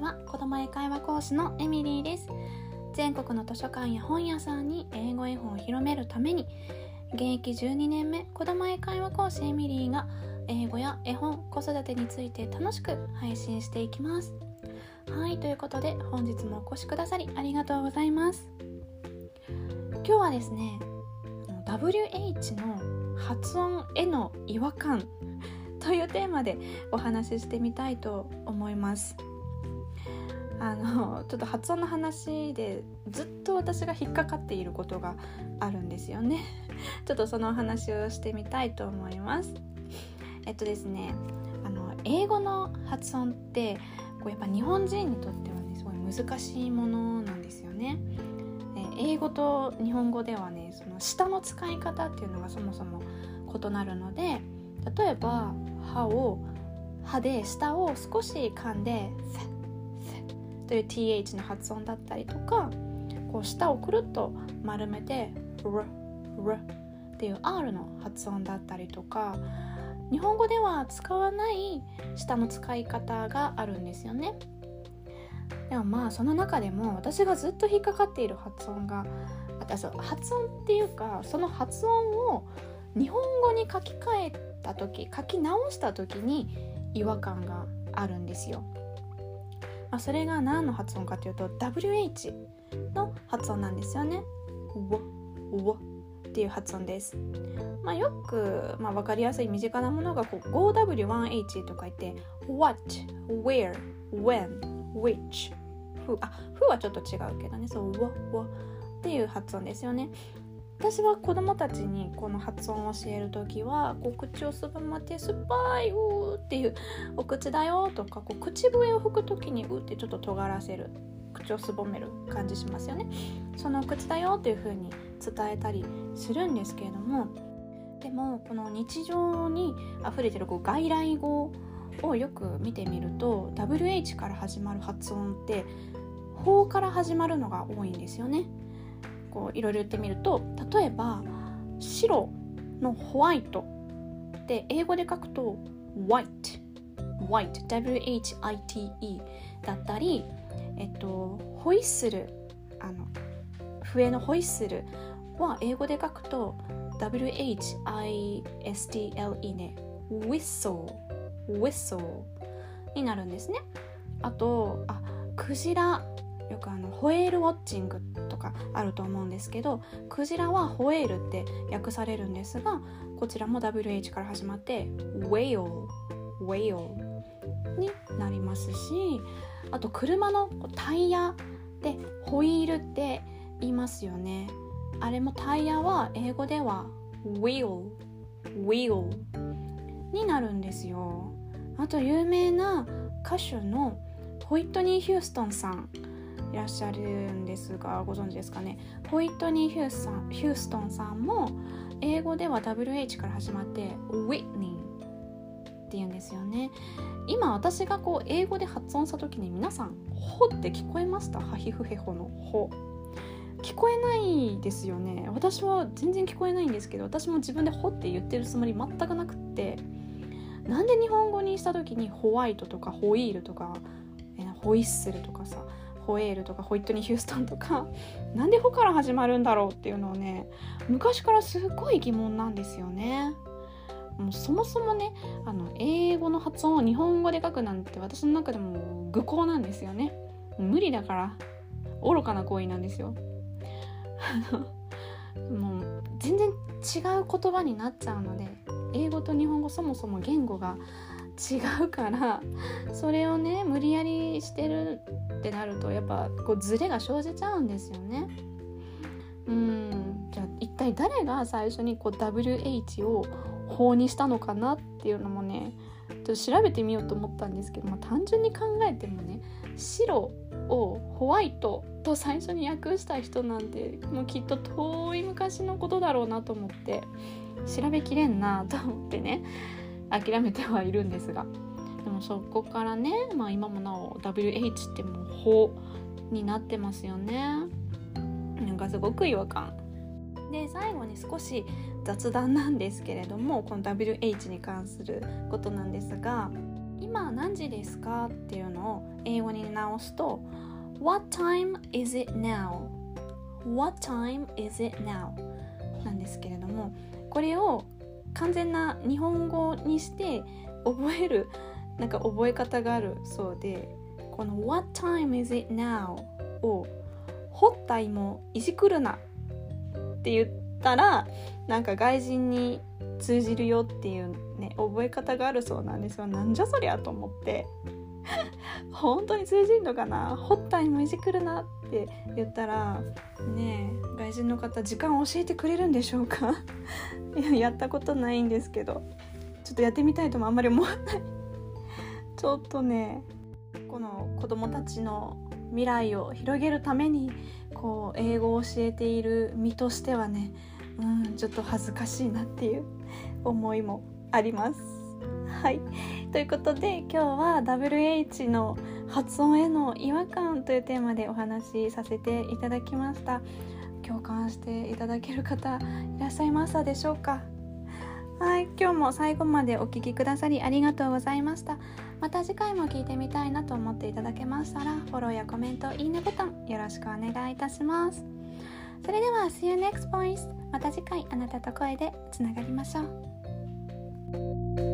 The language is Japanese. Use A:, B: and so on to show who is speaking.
A: は、子ども英会話講師のエミリーです。全国の図書館や本屋さんに英語絵本を広めるために、現役12年目子ども英会話講師エミリーが英語や絵本、子育てについて楽しく配信していきます。はい、ということで本日もお越しくださりありがとうございます。今日はですね、WH の発音への違和感というテーマでお話ししてみたいと思います。ちょっと発音の話でずっと私が引っかかっていることがあるんですよね。ちょっとそのお話をしてみたいと思います。ですね、英語の発音ってやっぱ日本人にとってはね、すごい難しいものなんですよね。英語と日本語ではね、その舌の使い方っていうのがそもそも異なるので、例えば歯で舌を少し噛んでという th の発音だったりとか、舌をくるっと丸めて r っていう r の発音だったりとか、日本語では使わない舌の使い方があるんですよね。でもその中でも私がずっと引っかかっている発音が、発音っていうか、その発音を日本語に書き直した時に違和感があるんですよ。それが何の発音かというと WH の発音なんですよね。w っていう発音です。よく、分かりやすい身近なものが5W1H とか言って What, Where, When, Which、ふはちょっと違うけどね、そうw っていう発音ですよね。私は子供たちにこの発音を教えるときは、口をすぼまって酸っぱい、っていうお口だよとか、口笛を吹くときにってちょっと尖らせる、口をすぼめる感じしますよね。その口だよっていう風に伝えたりするんですけれども、でもこの日常に溢れてる外来語をよく見てみると、 WH から始まる発音って法から始まるのが多いんですよね。いろいろ言ってみると、例えば白のホワイトで英語で書くと white WHITE だったり、ホイッスル、笛のホイッスルは英語で書くと WHISTLE ね、whistle になるんですね。あとクジラ、よくホエールウォッチングとかあると思うんですけど、クジラはホエールって訳されるんですが、こちらも WH から始まって whale になりますし、あと車のタイヤでホイールって言いますよね。あれもタイヤは英語では wheel になるんですよ。あと有名な歌手のホイットニー・ヒューストンさんいらっしゃるんですが、ご存知ですかね。ホイットニー・ヒューストンさんも英語では WH から始まって Whitney って言うんですよね。今私が英語で発音した時に、皆さんホって聞こえました？ハヒフヘホのホ、聞こえないですよね。私は全然聞こえないんですけど、私も自分でホって言ってるつもり全くなくって、なんで日本語にした時にホワイトとかホイールとかホイッスルとかさ、ホエールとかホイットニー・ヒューストンとか、なんでホから始まるんだろうっていうのをね、昔からすごい疑問なんですよね。もうそもそもね、英語の発音を日本語で書くなんて私の中でも愚行なんですよね。無理だから、愚かな行為なんですよ。もう全然違う言葉になっちゃうので、英語と日本語そもそも言語が違うから、それをね無理やりしてるってなると、やっぱズレが生じちゃうんですよね。じゃあ一体誰が最初にWH を法にしたのかなっていうのもね、ちょっと調べてみようと思ったんですけど、単純に考えてもね、白をホワイトと最初に訳した人なんてもうきっと遠い昔のことだろうなと思って、調べきれんなと思ってね、諦めてはいるんですが、でもそこからね、今もなお WH ってもう法になってますよね。なんかすごく違和感で、最後に少し雑談なんですけれども、この WH に関することなんですが、 今何時ですかっていうのを英語に直すと What time is it now? What time is it now? なんですけれども、これを完全な日本語にして覚える覚え方があるそうで、この What time is it now? をほったいもいじくるなって言ったら外人に通じるよっていうね覚え方があるそうなんですよ。なんじゃそりゃと思って本当に通じるのかな。ほったいもいじくるなって言ったらね外人の方時間を教えてくれるんでしょうかやったことないんですけど、ちょっとやってみたいともあんまり思わないちょっとねこの子供たちの未来を広げるために英語を教えている身としてはね、ちょっと恥ずかしいなっていう思いもあります。はい、ということで今日は WH の発音への違和感というテーマでお話しさせていただきました。共感していただける方いらっしゃいましたでしょうか。はい、今日も最後までお聞きくださりありがとうございました。また次回も聞いてみたいなと思っていただけましたらフォローやコメント、いいねボタンよろしくお願いいたします。それでは See you next voice。 また次回あなたと声でつながりましょう。